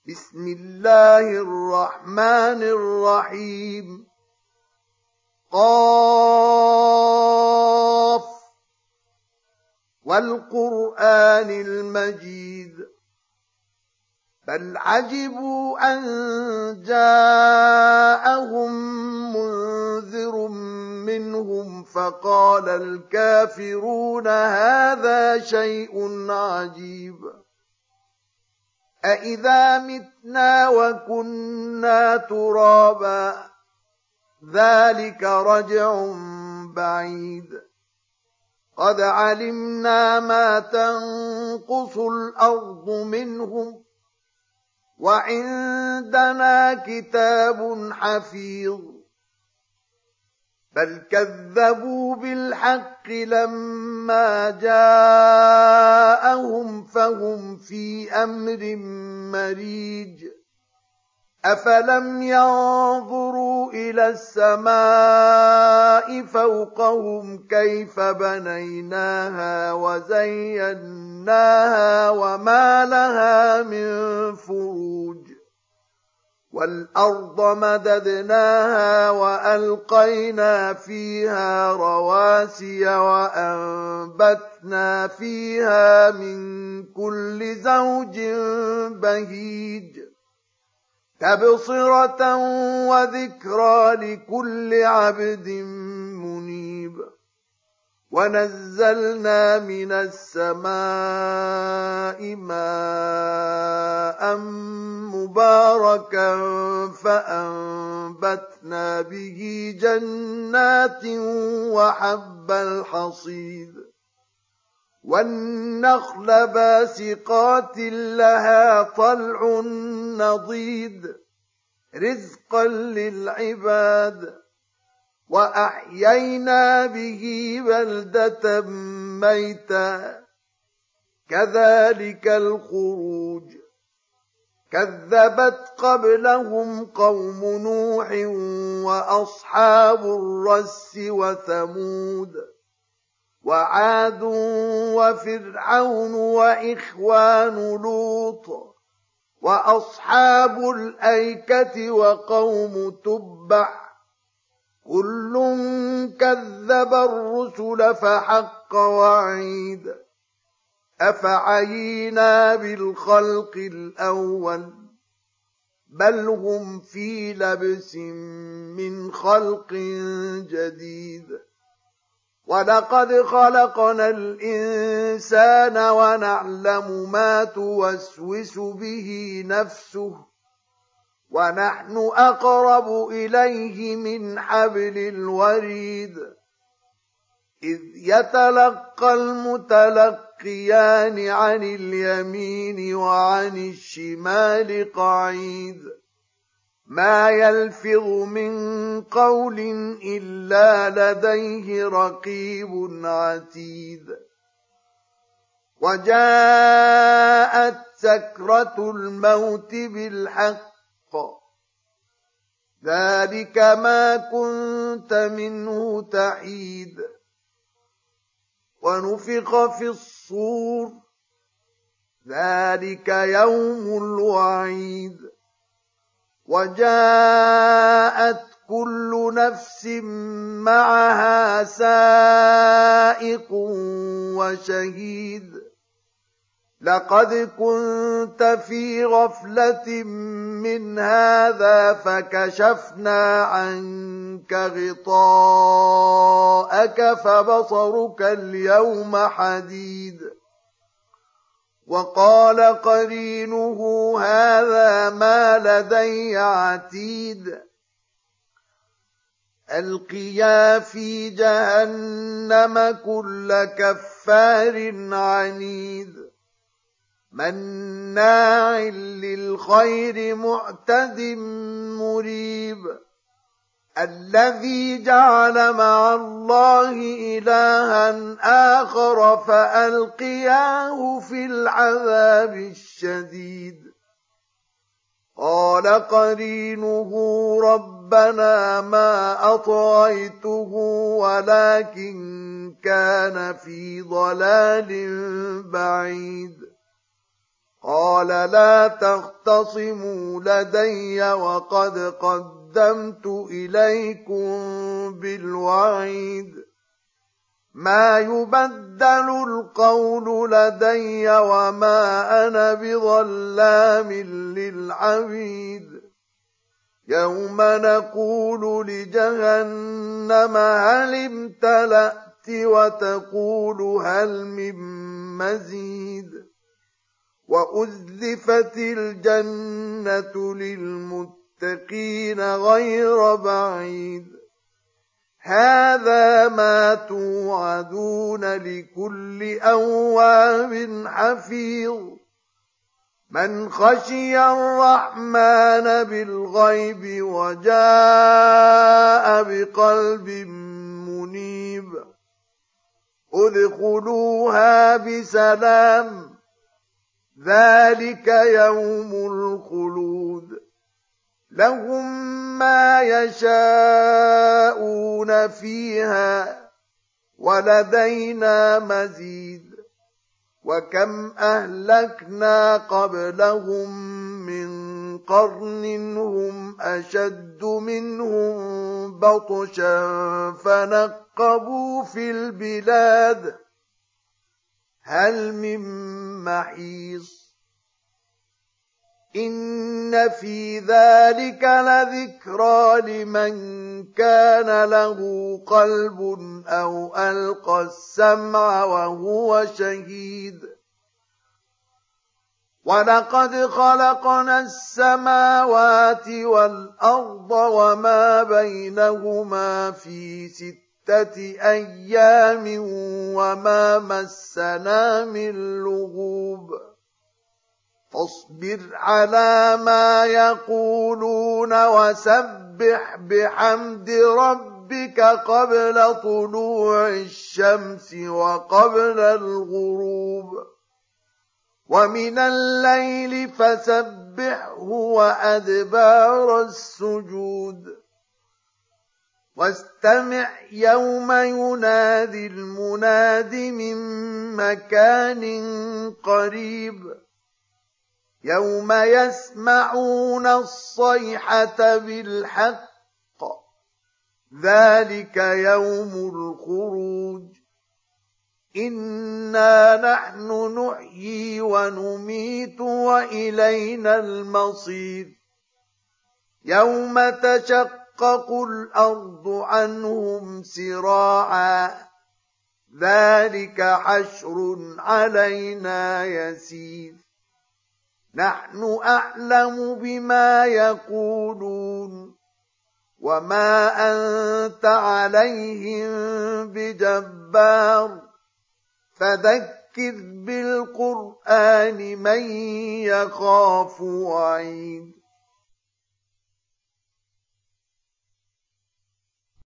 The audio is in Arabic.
بسم الله الرحمن الرحيم. قاف والقرآن المجيد بل عجبوا أن جاءهم منذر منهم فقال الكافرون هذا شيء عجيب أإذا متنا وكنا ترابا ذلك رجع بعيد قد علمنا ما تنقص الأرض منهم وعندنا كتاب حفيظ بل كذبوا بالحق لما جاءهم فهم في أمر مريج أفلم ينظروا إلى السماء فوقهم كيف بنيناها وزيناها وما لها من فروج والأرض مددناها وألقينا فيها رواسي وأنبتنا فيها من كل زوج بهيج تبصرة وذكرى لكل عبد منيب ونزلنا من السماء ماء مباركا فأنبتنا به جنات وحب الحصيد والنخل باسقات لها طلع نضيد رزقا للعباد وأحيينا به بلدة ميتا كذلك الخروج كذبت قبلهم قوم نوح وأصحاب الرس وثمود وعاد وفرعون وإخوان لوط وأصحاب الأيكة وقوم تبع كل كذب الرسل فحق وعيد أفعينا بالخلق الأول بل هم في لبس من خلق جديد ولقد خلقنا الإنسان ونعلم ما توسوس به نفسه ونحن أقرب إليه من حبل الوريد إذ يتلقى المتلقيان عن اليمين وعن الشمال قعيد ما يلفظ من قول إلا لديه رقيب عتيد وجاءت سكرة الموت بالحق ذلك ما كنت منه تحيد ونفخ في الصور ذلك يوم الوعيد وجاءت كل نفس معها سائق وشهيد لقد كنت في غفلة من هذا فكشفنا عنك غطاءك فبصرك اليوم حديد وقال قرينه هذا ما لدي عتيد ألقيا في جهنم كل كفار عنيد مناع للخير معتد مريب الذي جعل مع الله إلها آخر فألقياه في العذاب الشديد قال قرينه ربنا ما أطغيته ولكن كان في ضلال بعيد قال لا تختصموا لدي وقد قدمت إليكم بالوعيد ما يبدل القول لدي وما أنا بظلام للعبيد يوم نقول لجهنم هل امتلأت وتقول هل من مزيد وأزلفت الجنة للمتقين غير بعيد هذا ما توعدون لكل أواب حفيظ من خشي الرحمن بالغيب وجاء بقلب منيب ادخلوها بسلام ذلك يوم الخلود لهم ما يشاءون فيها ولدينا مزيد وكم أهلكنا قبلهم من قرن هم أشد منهم بطشا فنقبوا في البلاد هل من محيص إن في ذلك لذكرى لمن كان له قلب أو ألقى السمع وهو شهيد ولقد خلقنا السماوات والأرض وما بينهما في 6 أيام وما مسنا من لغوب فاصبر على ما يقولون وسبح بحمد ربك قبل طلوع الشمس وقبل الغروب ومن الليل فسبحه وأدبار السجود واستمع يوم ينادي المناد من مكان قريب يوم يسمعون الصيحة بالحق ذلك يوم الخروج إنا نحن نحيي ونميت وإلينا المصير يوم تشقق الأرض عنهم سراعا ذلك حشر علينا يسير نحن أعلم بما يقولون وما أنت عليهم بجبار فذكر بالقرآن من يخاف وعيد